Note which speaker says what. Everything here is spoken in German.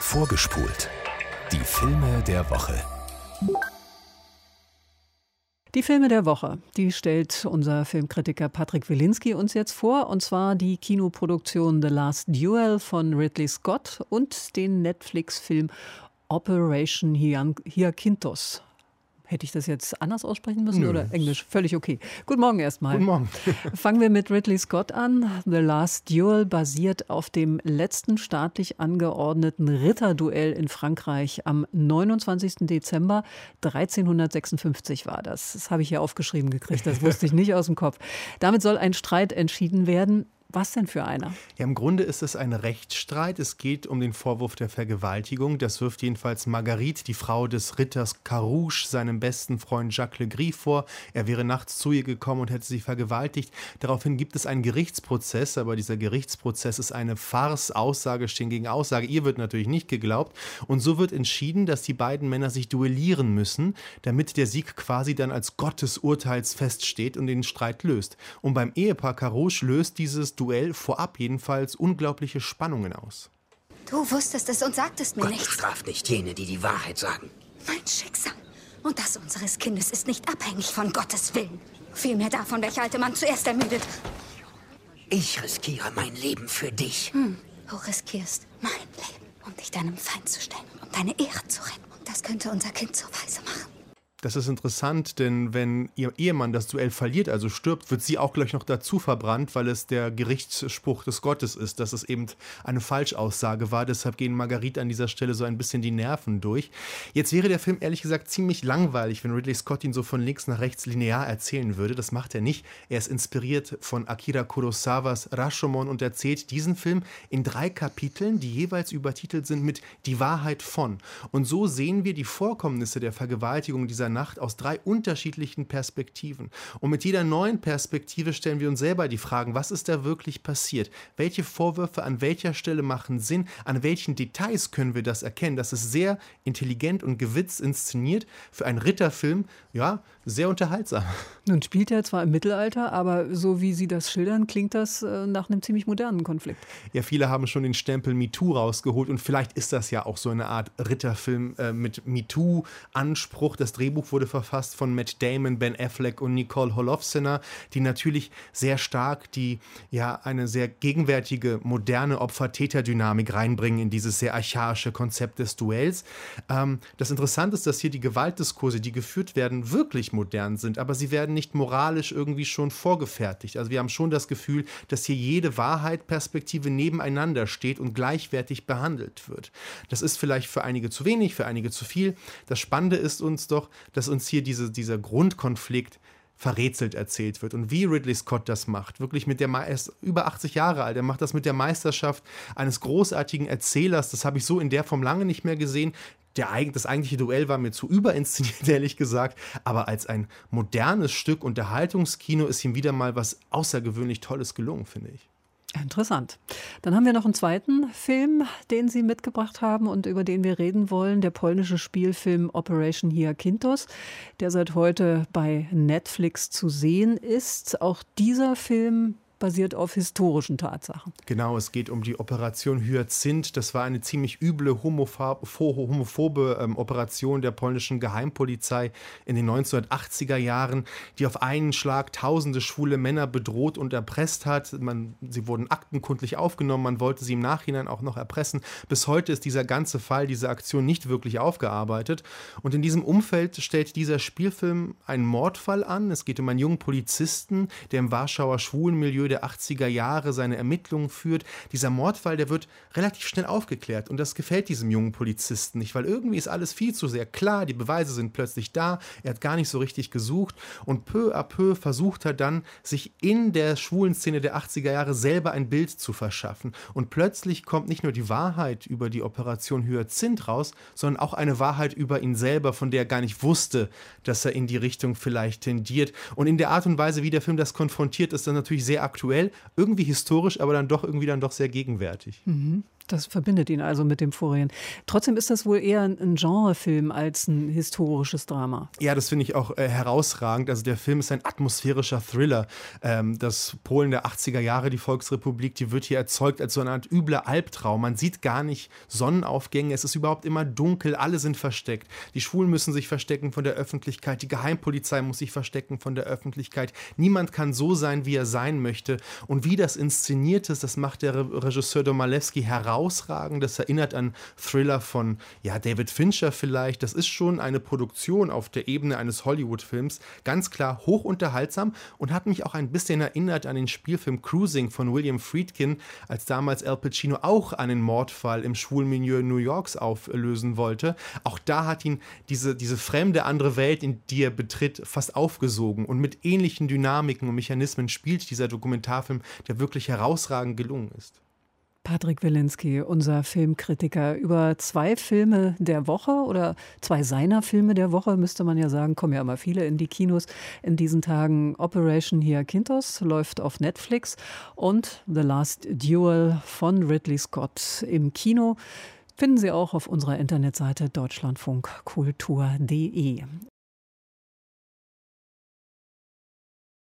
Speaker 1: Vorgespult. Die Filme der Woche.
Speaker 2: Die Filme der Woche, die stellt unser Filmkritiker Patrick Wilinski uns jetzt vor. Und zwar die Kinoproduktion The Last Duel von Ridley Scott und den Netflix-Film Operation Hyakinthos. Hätte ich das jetzt anders aussprechen müssen oder Englisch? Völlig okay. Guten Morgen erstmal.
Speaker 3: Guten Morgen.
Speaker 2: Fangen wir mit Ridley Scott an. The Last Duel basiert auf dem letzten staatlich angeordneten Ritterduell in Frankreich am 29. Dezember 1356 war das. Das habe ich hier aufgeschrieben gekriegt, das wusste ich nicht aus dem Kopf. Damit soll ein Streit entschieden werden. Was denn für einer?
Speaker 3: Ja, im Grunde ist es ein Rechtsstreit. Es geht um den Vorwurf der Vergewaltigung. Das wirft jedenfalls Marguerite, die Frau des Ritters Carouche, seinem besten Freund Jacques Le Gris vor. Er wäre nachts zu ihr gekommen und hätte sie vergewaltigt. Daraufhin gibt es einen Gerichtsprozess, aber dieser Gerichtsprozess ist eine Farce. Aussage stehen gegen Aussage. Ihr wird natürlich nicht geglaubt. Und so wird entschieden, dass die beiden Männer sich duellieren müssen, damit der Sieg quasi dann als Gott des Urteils feststeht und den Streit löst. Und beim Ehepaar Carouche löst dieses Duell vorab jedenfalls unglaubliche Spannungen aus.
Speaker 4: Du wusstest es und sagtest mir
Speaker 5: Gott
Speaker 4: nichts.
Speaker 5: straft nicht jene, die die Wahrheit sagen.
Speaker 4: Mein Schicksal und das unseres Kindes ist nicht abhängig von Gottes Willen. Vielmehr davon, welcher alte Mann zuerst ermüdet.
Speaker 5: Ich riskiere mein Leben für dich.
Speaker 4: Du riskierst mein Leben, um dich deinem Feind zu stellen und um deine Ehre zu retten. Und das könnte unser Kind so weise machen.
Speaker 3: Das ist interessant, denn wenn ihr Ehemann das Duell verliert, also stirbt, wird sie auch gleich noch dazu verbrannt, weil es der Gerichtsspruch des Gottes ist, dass es eben eine Falschaussage war. Deshalb gehen Marguerite an dieser Stelle so ein bisschen die Nerven durch. Jetzt wäre der Film ehrlich gesagt ziemlich langweilig, wenn Ridley Scott ihn so von links nach rechts linear erzählen würde. Das macht er nicht. Er ist inspiriert von Akira Kurosawas Rashomon und erzählt diesen Film in 3 Kapiteln, die jeweils übertitelt sind mit Die Wahrheit von. Und so sehen wir die Vorkommnisse der Vergewaltigung dieser Nacht aus 3 unterschiedlichen Perspektiven. Und mit jeder neuen Perspektive stellen wir uns selber die Fragen, was ist da wirklich passiert? Welche Vorwürfe an welcher Stelle machen Sinn? An welchen Details können wir das erkennen? Das ist sehr intelligent und gewitzt inszeniert. Für einen Ritterfilm, ja, sehr unterhaltsam.
Speaker 2: Nun spielt er zwar im Mittelalter, aber so wie Sie das schildern, klingt das nach einem ziemlich modernen Konflikt.
Speaker 3: Ja, viele haben schon den Stempel MeToo rausgeholt und vielleicht ist das ja auch so eine Art Ritterfilm mit MeToo-Anspruch. Das Drehbuch wurde verfasst von Matt Damon, Ben Affleck und Nicole Holofcener, die natürlich sehr stark eine sehr gegenwärtige, moderne Opfer-Täter-Dynamik reinbringen in dieses sehr archaische Konzept des Duells. Das Interessante ist, dass hier die Gewaltdiskurse, die geführt werden, wirklich modern sind, aber sie werden nicht moralisch irgendwie schon vorgefertigt. Also wir haben schon das Gefühl, dass hier jede Wahrheit-Perspektive nebeneinander steht und gleichwertig behandelt wird. Das ist vielleicht für einige zu wenig, für einige zu viel. Das Spannende ist uns doch, dass uns hier dieser Grundkonflikt verrätselt erzählt wird. Und wie Ridley Scott das macht, wirklich er ist über 80 Jahre alt, er macht das mit der Meisterschaft eines großartigen Erzählers, das habe ich so in der Form lange nicht mehr gesehen. Das eigentliche Duell war mir zu überinszeniert, ehrlich gesagt, aber als ein modernes Stück Unterhaltungskino ist ihm wieder mal was außergewöhnlich Tolles gelungen, finde ich.
Speaker 2: Interessant. Dann haben wir noch einen zweiten Film, den Sie mitgebracht haben und über den wir reden wollen. Der polnische Spielfilm Operation Hyakinthos, der seit heute bei Netflix zu sehen ist. Auch dieser Film basiert auf historischen Tatsachen.
Speaker 3: Genau, es geht um die Operation Hyazinth. Das war eine ziemlich üble, homophobe Operation der polnischen Geheimpolizei in den 1980er Jahren, die auf einen Schlag tausende schwule Männer bedroht und erpresst hat. Sie wurden aktenkundlich aufgenommen, man wollte sie im Nachhinein auch noch erpressen. Bis heute ist dieser ganze Fall, diese Aktion nicht wirklich aufgearbeitet. Und in diesem Umfeld stellt dieser Spielfilm einen Mordfall an. Es geht um einen jungen Polizisten, der im Warschauer Schwulenmilieu der 80er Jahre seine Ermittlungen führt. Dieser Mordfall, der wird relativ schnell aufgeklärt und das gefällt diesem jungen Polizisten nicht, weil irgendwie ist alles viel zu sehr klar, die Beweise sind plötzlich da, er hat gar nicht so richtig gesucht und peu à peu versucht er dann, sich in der schwulen Szene der 80er Jahre selber ein Bild zu verschaffen und plötzlich kommt nicht nur die Wahrheit über die Operation Hyazinth raus, sondern auch eine Wahrheit über ihn selber, von der er gar nicht wusste, dass er in die Richtung vielleicht tendiert und in der Art und Weise, wie der Film das konfrontiert, ist dann natürlich sehr aktuell, irgendwie historisch, aber dann doch sehr gegenwärtig.
Speaker 2: Das verbindet ihn also mit dem vorigen. Trotzdem ist das wohl eher ein Genrefilm als ein historisches Drama.
Speaker 3: Ja, das finde ich auch herausragend. Also der Film ist ein atmosphärischer Thriller. Das Polen der 80er Jahre, die Volksrepublik, die wird hier erzeugt als so eine Art übler Albtraum. Man sieht gar nicht Sonnenaufgänge, es ist überhaupt immer dunkel, alle sind versteckt. Die Schwulen müssen sich verstecken von der Öffentlichkeit, die Geheimpolizei muss sich verstecken von der Öffentlichkeit. Niemand kann so sein, wie er sein möchte. Und wie das inszeniert ist, das macht der Regisseur Domalewski herausragend. Das erinnert an Thriller von David Fincher vielleicht. Das ist schon eine Produktion auf der Ebene eines Hollywood-Films. Ganz klar hochunterhaltsam und hat mich auch ein bisschen erinnert an den Spielfilm Cruising von William Friedkin, als damals Al Pacino auch einen Mordfall im schwulen Milieu New Yorks auflösen wollte. Auch da hat ihn diese fremde andere Welt, in die er betritt, fast aufgesogen. Und mit ähnlichen Dynamiken und Mechanismen spielt dieser Dokumentarfilm, der wirklich herausragend gelungen ist.
Speaker 2: Patrick Wilinski, unser Filmkritiker, über 2 Filme der Woche oder 2 seiner Filme der Woche, müsste man ja sagen, kommen ja immer viele in die Kinos in diesen Tagen. Operation Hyakinthos läuft auf Netflix und The Last Duel von Ridley Scott im Kino. Finden Sie auch auf unserer Internetseite deutschlandfunkkultur.de.